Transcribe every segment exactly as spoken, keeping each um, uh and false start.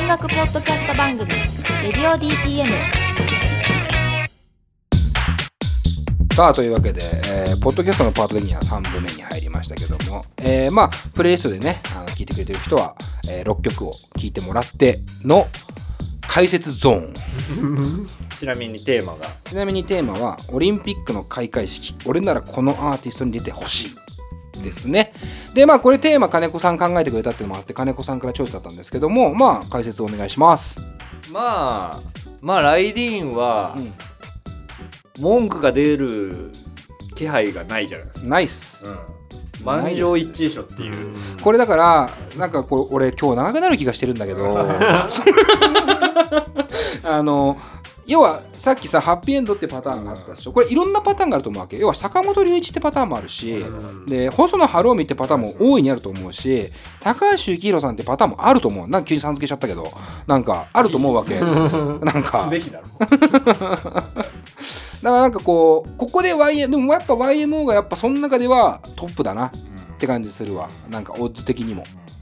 楽ポッドキャスト番組レディオ ディーティーエム。 さあというわけで、えー、ポッドキャストのパート的にはさんぶんめに入りましたけども、えー、まあプレイリストでねあの聞いてくれてる人は、えー、ろっきょくを聞いてもらっての解説ゾーンちなみにテーマがちなみにテーマはオリンピックの開会式、俺ならこのアーティストに出てほしいですね。でまあこれテーマ金子さん考えてくれたっていうのもあって金子さんからチョイスだったんですけども、まあ解説お願いします。 まあまあライディーンは、うん、文句が出る気配がないじゃないですか。 ナイス、うん、 満場一致でしょっていう、 うん、これだからなんかこれ俺今日長くなる気がしてるんだけどあの要はさっきさハッピーエンドってパターンがあったでしょ。これいろんなパターンがあると思うわけ。要は坂本龍一ってパターンもあるし、で細野晴臣ってパターンも大いにあると思うし、高橋幸宏さんってパターンもあると思う。なんか急にさん付けしちゃったけどなんかあると思うわけなんかすべきだろだからなんかこうここで ワイエム でもやっぱ ワイエムオー がやっぱその中ではトップだなって感じするわ。なんかオッズ的にも、うん、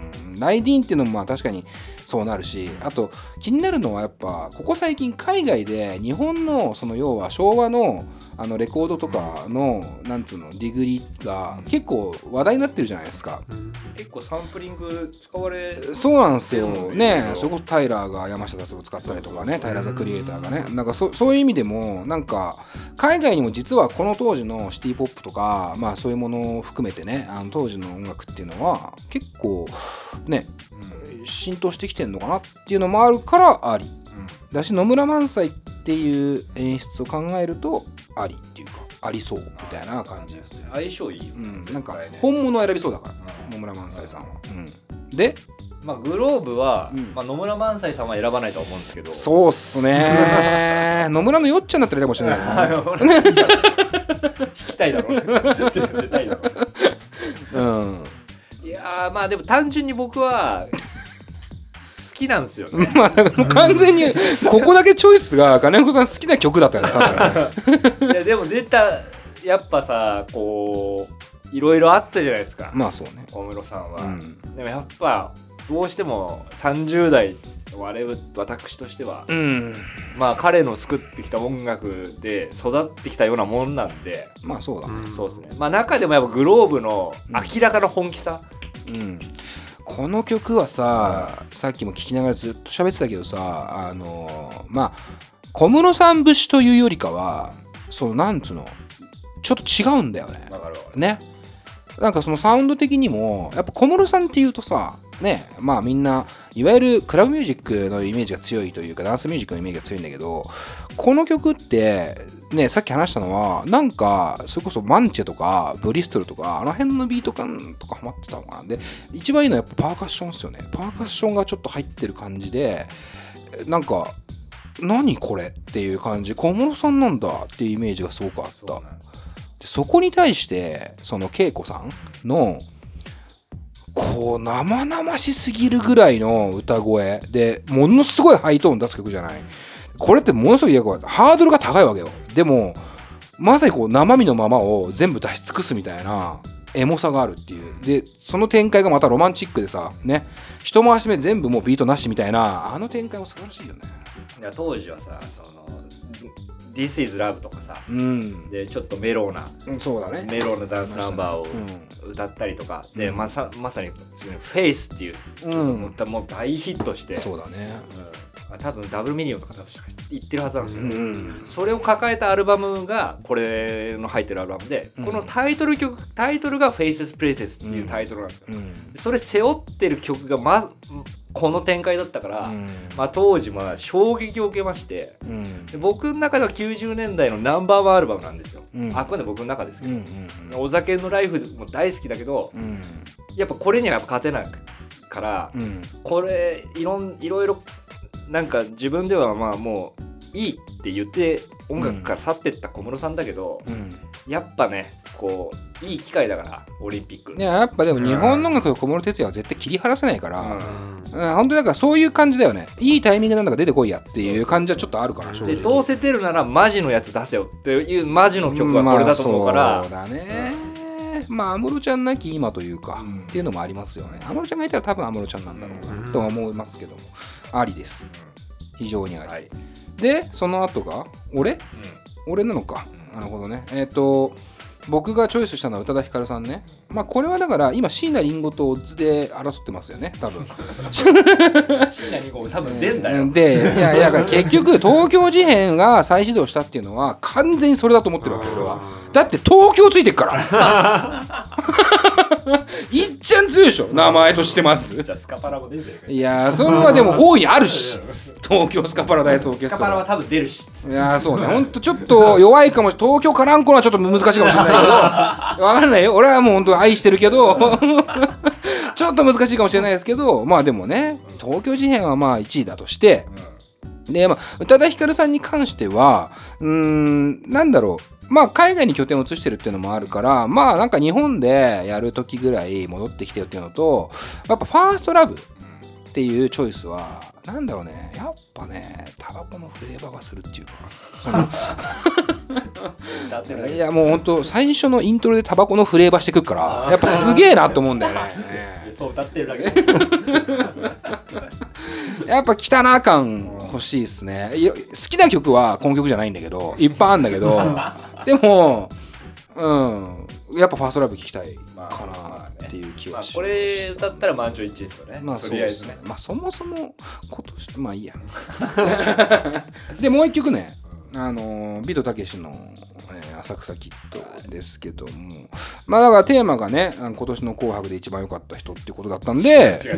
ライディーンっていうのもまあ確かにそうなるし、あと気になるのはやっぱここ最近海外で日本のその要は昭和のあのレコードとかのなんつうのディグリが結構話題になってるじゃないですか。 結構サンプリング使われそうなんですよね。それこそタイラーが山下達郎を使ったりとかね、タイラーザクリエイターがね、なんか そ, そういう意味でもなんか海外にも実はこの当時のシティポップとかまあそういうものを含めてね、あの当時の音楽っていうのは結構ね、うん、浸透してきてるのかなっていうのもあるからあり、うん、だし野村萬斎っていう演出を考えるとありっていうかありそうみたいな感じですよ。 相性いいよ、 うん、なんか本物を選びそうだから、うん、野村萬斎さんは、うん、でまあ、グローブは、うんまあ、野村萬斎さんは選ばないと思うんですけど。 そうっすね野村のよっちゃんだったら選ばしないね聞きたいだろう出たいだろう、うん、いやまあでも単純に僕は好きなんですよねまあ完全にここだけチョイスが金子さん好きな曲だったよねいやでも出たやっぱさこういろいろあったじゃないですか。 まあそうね小室さんは、うん、でもやっぱどうしてもさんじゅう代我々私としては、うん、まあ彼の作ってきた音楽で育ってきたようなもんなんで、 まあそうだね、 うん、そうですね。まあ中でもやっぱグローブの明らかな本気さ、 うん、うん、この曲はさ、うん、さっきも聞きながらずっと喋ってたけどさ、あのー、まあ小室さん節というよりかはそのなんつうのちょっと違うんだよね。 わかるわかるね。なんかそのサウンド的にもやっぱ小室さんっていうとさね、まあみんないわゆるクラブミュージックのイメージが強いというかダンスミュージックのイメージが強いんだけど、この曲ってねさっき話したのはなんかそれこそマンチェとかブリストルとかあの辺のビート感とかハマってたのかな。で一番いいのはやっぱパーカッションですよね。パーカッションがちょっと入ってる感じでなんか何これっていう感じ、小室さんなんだっていうイメージがすごくあった。でそこに対してその恵子さんのこう生々しすぎるぐらいの歌声でものすごいハイトーン出す曲じゃない。これってものすごいハードルが高いわけよ。でもまさにこう生身のままを全部出し尽くすみたいなエモさがあるっていう。でその展開がまたロマンチックでさね、一回し目全部もうビートなしみたいなあの展開も素晴らしいよね。 いや当時はさそのThis is Love とかさ、うん、でちょっとメローな、 うん、そうだね、 メローなダンスナンバーを歌ったりとか、うん、でまさ、まさにフェイスっていう曲も、うん、もう大ヒットして、 そうだね、 うん、多分ダブルミリオンとか多分言ってるはずなんですよ、うん、それを抱えたアルバムがこれの入ってるアルバムで、うん、このタイトル曲タイトルが Faces Places っていうタイトルなんですよ、うん、それ背負ってる曲がまこの展開だったから、うんまあ、当時まあ衝撃を受けまして、うん、で僕の中ではきゅうじゅうねんだいのナンバーワンアルバムなんですよ、うん、あくまで僕の中ですけど、うんうんうん、お酒のライフも大好きだけど、うん、やっぱこれにはやっぱ勝てないから、うん、これいろんいろいろなんか自分ではまあもういいって言って音楽から去ってった小室さんだけど、うん、やっぱねこういい機会だからオリンピック。 いややっぱでも日本の音楽と小室哲哉は絶対切り離せないから、うんうん、本当にだからそういう感じだよね。いいタイミングなんだから出てこいやっていう感じはちょっとあるから正直。 でどうせ出るならマジのやつ出せよっていうマジの曲はこれだと思うから、 うんまあ、そうだね、 ね、まあ安室ちゃんなき今というか、 うん、 っていうのもありますよね。安室ちゃんがいたら多分安室ちゃんなんだろうなとは思いますけども、ありです。非常にあり、はい、でその後が俺、うん、俺なのか、うん、なるほどね。えっ、ー、と僕がチョイスしたのは宇多田ヒカルさんね。まあこれはだから今椎名林檎とオッズで争ってますよね多分。 椎名林檎多分出んだよ。 でいやいや結局東京事変が再始動したっていうのは完全にそれだと思ってるわけ俺は。だって東京ついてっからいっちゃん強いでしょ名前としてます。 じゃあスカパラも出るじゃないか。 いやそれはでも大いにあるし東京スカパラダイスオーケストラ。スカパラは多分出るし。 いやそうねほんとちょっと弱いかもしれない。東京カランコロはちょっと難しいかもしれないけどわかんないよ俺はもう本当愛してるけどちょっと難しいかもしれないですけどまあでもね東京事変はまあいちいだとして、うん、でまあ宇多田ヒカルさんに関してはうーんなんだろうまあ海外に拠点を移してるっていうのもあるからまあなんか日本でやる時ぐらい戻ってきてよっていうのとやっぱファーストラブっていうチョイスはなんだろうねやっぱねタバコのフレーバーがするっていうかいやもうほんと最初のイントロでタバコのフレーバーしてくるからやっぱすげえなと思うんだよねそう歌ってるだけやっぱ汚感欲しいですね。好きな曲はこの曲じゃないんだけどいっぱいあるんだけどでもうんやっぱファーストラブ聴きたいかなっていう気はします、 まあ、これ歌ったら満場一致ですよね。 まあそうですね。まあそもそも今年まあいいやでもう一曲ねあのビートたけしの、えー、浅草キッドですけどもまあだからテーマがね今年の紅白で一番良かった人っていうことだったんで違う違う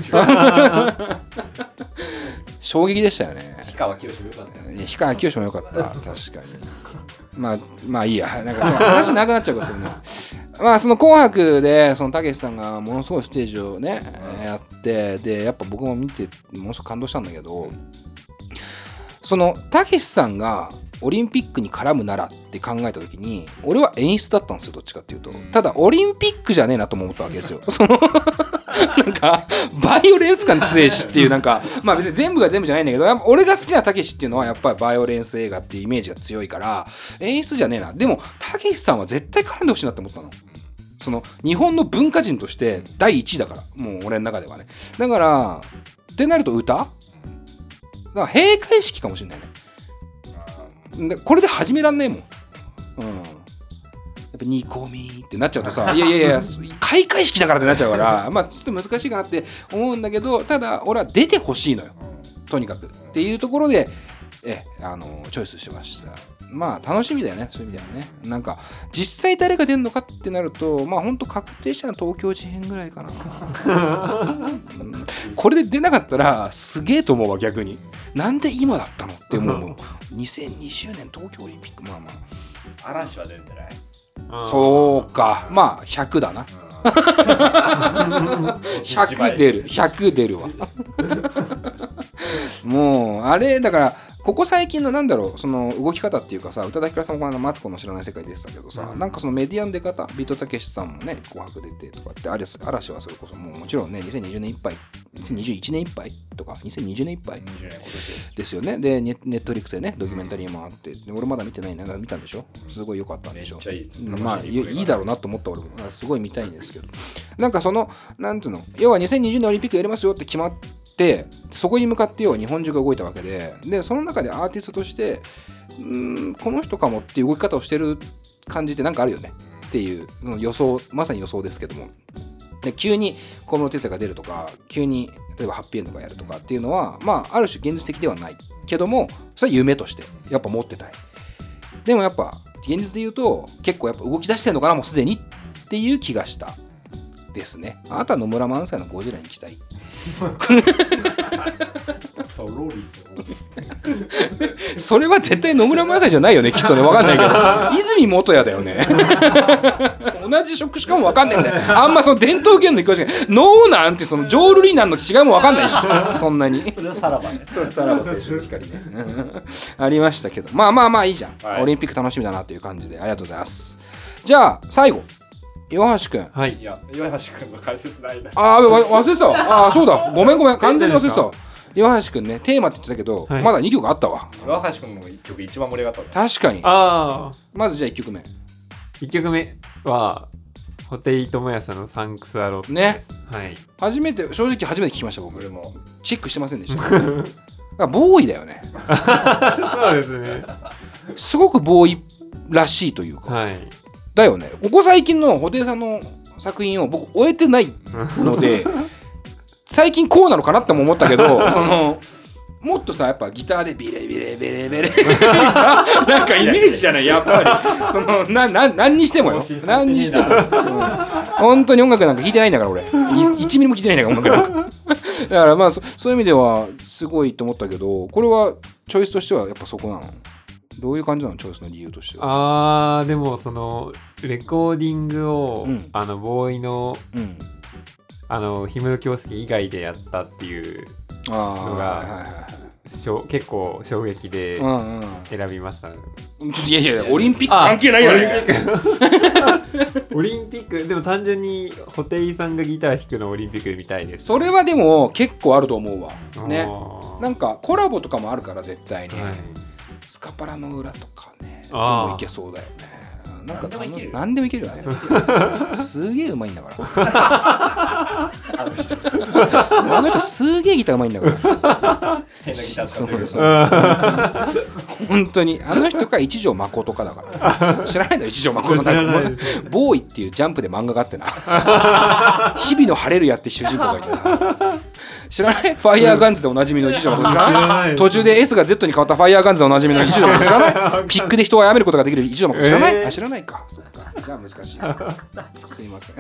衝撃でしたよね。 氷川きよしも良かったね。 氷川きよしも良かった確かにまあまあいいやなんかその話なくなっちゃうからそれねまあその紅白でそのたけしさんがものすごいステージをね、うん、やってでやっぱ僕も見てものすごく感動したんだけどそのたけしさんがオリンピックに絡むならって考えた時に俺は演出だったんですよどっちかっていうと。ただオリンピックじゃねえなとも思ったわけですよそのなんかバイオレンス感強いしっていうなんかまあ別に全部が全部じゃないんだけどやっぱ俺が好きなたけしっていうのはやっぱりバイオレンス映画っていうイメージが強いから演出じゃねえな。でもたけしさんは絶対絡んでほしいなって思ったの。その日本の文化人としてだいいちいだからもう俺の中ではね。だからってなると歌だから閉会式かもしれないね。でこれで始めらんないもん、うん、やっぱ煮込みってなっちゃうとさいやいやいや開会式だからってなっちゃうからまあちょっと難しいかなって思うんだけどただ俺は出てほしいのよとにかくっていうところでえあのチョイスしました。まあ楽しみだよねそういう意味ではね。なんか実際誰が出るのかってなるとまあほんと確定したのは東京事変ぐらいかな、うん、これで出なかったらすげえと思うわ逆に。なんで今だったのって思うにせんにじゅうねん東京オリンピックまあまあ嵐は出るんじゃない。 そうかまあひゃくだなひゃく出るひゃく出るわもうあれだからここ最近のなんだろうその動き方っていうかさ宇多田ヒカルさんもマツコの知らない世界でしたけどさ、うん、なんかそのメディアの出方ビートたけしさんもね紅白出てとかって嵐はそれこそもうもちろんねにせんにじゅうねんいっぱいにせんにじゅういちねんいっぱいとかにせんにじゅうねんいっぱいですよね。でネットフリックスでねドキュメンタリーもあって俺まだ見てないな見たんでしょ。すごい良かったんでしょ。 めっちゃいいまあいいだろうなと思った俺もすごい見たいんですけどなんかそのなんつうの要はにせんにじゅうねんオリンピックやりますよって決まってでそこに向かって要は日本中が動いたわけででその中でアーティストとしてうーんこの人かもっていう動き方をしてる感じってなんかあるよねっていう予想まさに予想ですけどもで急に小室哲哉が出るとか急に例えばハッピーエンドがやるとかっていうのはまあある種現実的ではないけどもそれは夢としてやっぱ持ってたい。でもやっぱ現実で言うと結構やっぱ動き出してるのかなもうすでにっていう気がしたですね。あなたは野村萬斎のゴジラに期待それは絶対野村萬斎じゃないよねきっとね分かんないけど泉元也だよね同じ職種かも分かんないんだよ。あんまその伝統芸能に詳しいノーなんてその浄瑠璃なんの違いも分かんないしそんなにそれはさらばねそうさらば青春の光ねありましたけどまあまあまあいいじゃん、はい、オリンピック楽しみだなという感じでありがとうございます。じゃあ最後岩橋くん。 はい。いや、岩橋くんの解説ないな。 あー、忘れてたわ。あー、そうだ。ごめんごめん。完全に忘れてたわ。岩橋くんね、テーマって言ってたけど、はい、まだにきょくあったわ。 岩橋くんのいっきょく一番盛り上がった。 確かに。 ああ。 まずじゃあいっきょくめ。 いっきょくめは、 布袋寅泰のサンクスアロットです。はい。 初めて正直初めて聞きました僕。 俺もチェックしてませんでした。ボーイだよね。 そうですね。 すごくボーイらしいというか。 はい。 だよね。ここ最近の布袋さんの作品を僕終えてないので最近こうなのかなっても思ったけどそのもっとさやっぱギターでビレビレビレビレなんかイメージじゃないやっぱりそのなな何にしてもよ何にしても、うん、本当に音楽なんか聴いてないんだから俺いちミリも聴いてないんだから音楽なんかだからまあ そ, そういう意味ではすごいと思ったけどこれはチョイスとしてはやっぱそこなのどういう感じなのチョイスの理由としては。あーでもそのレコーディングを、うん、あのボーイの、うん、あの氷室京介以外でやったっていうのが、はいはい、しょ結構衝撃で選びました、ねうんうん、いやいやオリンピック関係ないよねオリンピックでも単純に布袋さんがギター弾くのオリンピックで見たいです。 それはでも結構あると思うわね。なんかコラボとかもあるから絶対に、はい、スカパラの裏とかねでもいけそうだよね。なんか何でもいける何でもいけるよねすげえうまいんだからあの人あの人すげえギターうまいんだから変なギター使ってるそう本当にあの人か一条誠かだから知らないの一条誠だボーイっていうジャンプで漫画があってな日々の晴れるやって主人公がいてな知らないファイヤーガンズでおなじみの一条誠知らない途中で S が Z に変わったファイヤーガンズでおなじみの一条誠知らないピックで人を殺めることができる一条誠知らない、えー、あ知らないかそっかじゃあ難しいすいません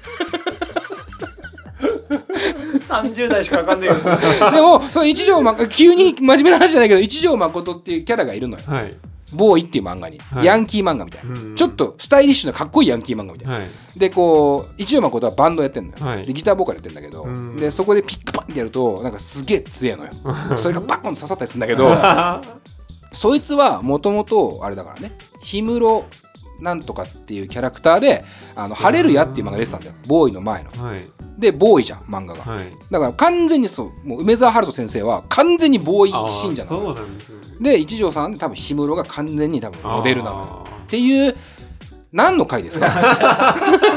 さんじゅう代しかわかんないけどでもその一条誠急に真面目な話じゃないけど一条誠っていうキャラがいるのよ、はい、ボーイっていう漫画に、はい、ヤンキー漫画みたいな、うん、ちょっとスタイリッシュなかっこいいヤンキー漫画みたいな、はい、でこう一条誠はバンドやってんのよ、はい、でギターボーカルやってんだけど、うん、でそこでピックパンってやるとなんかすげえ強えのよそれがバコンと刺さったりするんだけどそいつはもともとあれだからね氷室なんとかっていうキャラクターであの晴れるやっていう漫画出てたんだよボーイの前の、はい、でボーイじゃん漫画が、はい、だから完全にそうもう梅沢春人先生は完全にボーイ信者なのそうなんです、ね、で一条さん多分氷室が完全に多分モデルなのっていう何の回ですか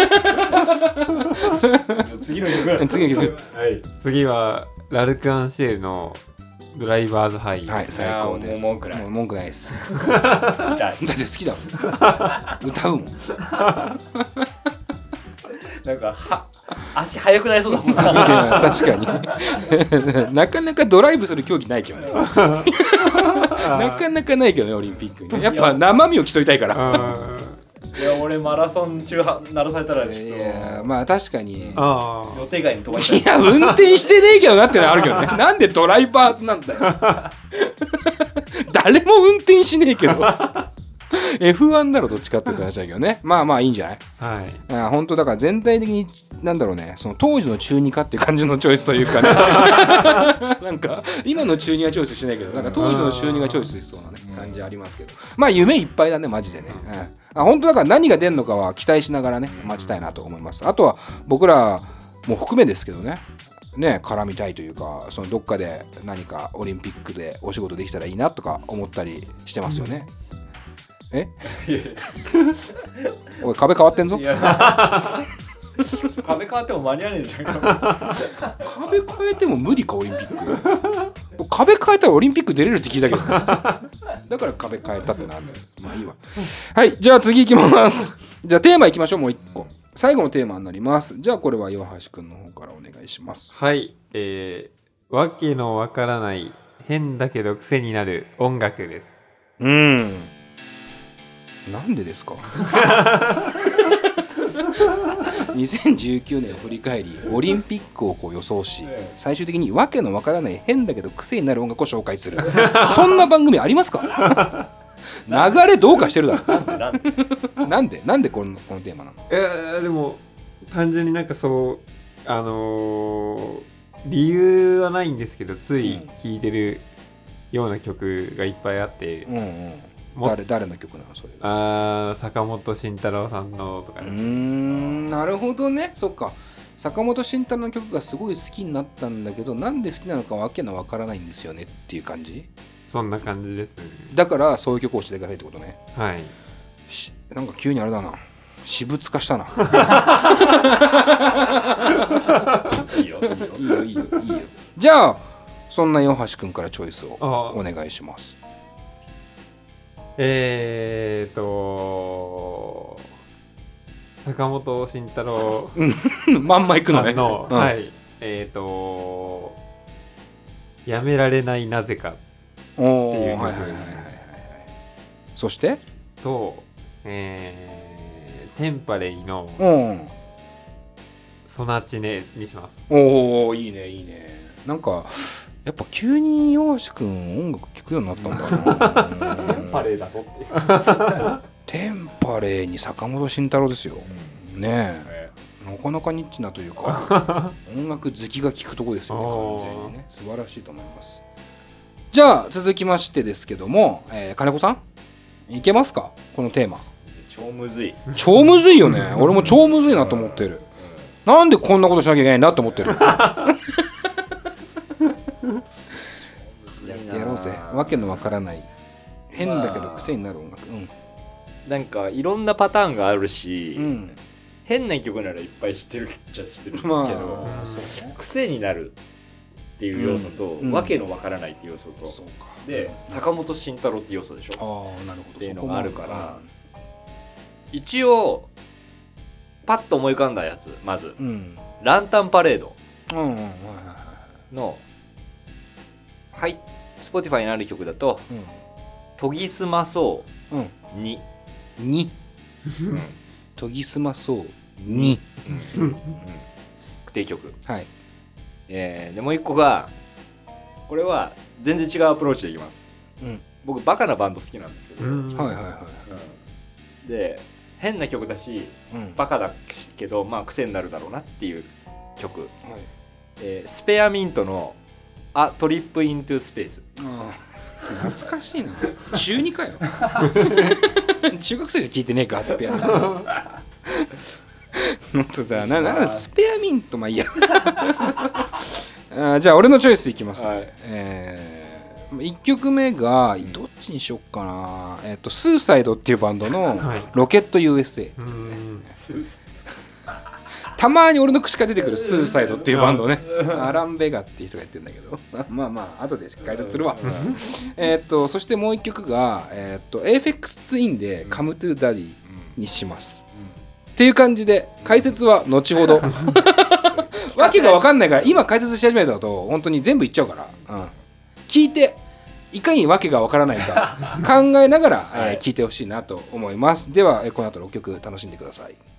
次の曲次の曲、 はい、次はラルク・アンシェルのドライバーズハイ。 はい、最高です。 もう文句ない。 もう文句ないです。だって好きだもん。歌うもん。 なんかは足速くなりそうだもんな。 確かに。なかなかドライブする競技ないけどね。なかなかないけどねオリンピックに。やっぱ生身を競いたいから。 いや俺マラソン中は鳴らされたらちょっといやまあ確かに予定外に飛ばしたいや運転してねえけどなってのあるけどねなんでドライバーズなんだよ誰も運転しねえけどエフワン だろどっちかって言った話だけどねまあまあいいんじゃない、はい、あ本当だから全体的になんだろうねその当時の中二かっていう感じのチョイスというかねなんか今の中二はチョイスしないけどなんか当時の中二がチョイスしそうなね感じありますけどまあ夢いっぱいだねマジでね、うん、あ本当だから何が出るのかは期待しながらね待ちたいなと思いますあとは僕らも含めですけどねね絡みたいというかそのどっかで何かオリンピックでお仕事できたらいいなとか思ったりしてますよね、うん、えおい壁変わってんぞ壁変わっても間に合わねえじゃん壁変えても無理かオリンピック壁変えたらオリンピック出れるって聞いたけどだから壁変えたってなんだよまあいいわはいじゃあ次行きますじゃあテーマ行きましょうもう一個最後のテーマになりますじゃあこれは岩橋くんの方からお願いしますはいえー、わけのわからない変だけど癖になる音楽ですうんなんでですかにせんじゅうきゅうねんを振り返りオリンピックをこう予想し最終的にわけのわからない変だけど癖になる音楽を紹介するそんな番組ありますか流れどうかしてるだろなんでなんでなんでこの、このテーマなのえー、でも単純になんかそうあのー、理由はないんですけどつい聴いてるような曲がいっぱいあって、うんうん誰, 誰の曲なのそれあ坂本慎太郎さんのとかです。 うーんなるほどねそっか坂本慎太郎の曲がすごい好きになったんだけどなんで好きなのかわけのわからないんですよねっていう感じそんな感じです、ね、 だからそういう曲をしてくださいってことねはいなんか急にあれだな私物化したな。 いいよいいよいいよいいよいいよ。じゃあそんな岩橋くんからチョイスをお願いします。 えーと坂本慎太郎まんまいくのね。 の、 うん、 はいえーとやめられないなぜかっていうおー曲、 はいはいはいはいはい。そしてと、えー、テンパレイのうんソナチネにします。 おおいいねいいね。なんかやっぱ急に岩橋くん音楽聴くようになったんだな。 テンパレーだとっていうテンパレーに坂本慎太郎ですよ、うん、ねえ、なかなかニッチなというか音楽好きが聴くとこですよね。完全にね素晴らしいと思います。じゃあ続きましてですけども、えー、金子さんいけますかこのテーマ。 超むずい超むずいよね。俺も超むずいなと思ってる。なんでこんなことしなきゃいけないんだって思ってる。やってやろうぜ。わけのわからない変だけど癖になる音楽、うん、 なんかいろんなパターンがあるし、 うん、 変な曲ならいっぱい知ってるっちゃ知ってるんですけど、 まあ癖になるっていう要素と、うん、わけのわからないっていう要素と、そうかで坂本慎太郎っていう要素でしょ。 ああなるほど。 っていうのがあるから、一応パッと思い浮かんだやつまず、うん、ランタンパレードのはい Spotify にある曲だと、うん、研ぎ澄まそうに、 うん、に研ぎ澄まそうにっていう曲、 はいえー、でもう一個がこれは全然違うアプローチでいきます、うん、僕バカなバンド好きなんですけど、 うんはいはいはい、 うん、で変な曲だし、うん、バカだけどまあ癖になるだろうなっていう曲、はいえー、スペアミントのあトリップイントゥスペース。 あ懐かしいな。中にかよ。中学生が聞いてねえかスペアミント。本当だな。なんだスペアミントまあいいや。あじゃあ俺のチョイスいきます、ねはいえー、いっきょくめがどっちにしよっかな、えー、とスーサイドっていうバンドのロケット ユーエスエー、はいうんたまに俺の口から出てくるスーサイドっていうバンドねアラン・ベガっていう人がやってるんだけどまあまあ後で解説するわえっとそしてもう一曲が、えー、とエーフェックスツインで Come to Daddy にします、うん、っていう感じで解説は後ほどわけが分かんないから今解説し始めたと本当に全部言っちゃうから、うん、聞いていかにわけが分からないか考えながら、はいえー、聞いてほしいなと思います。ではこの後ろっきょく楽しんでください。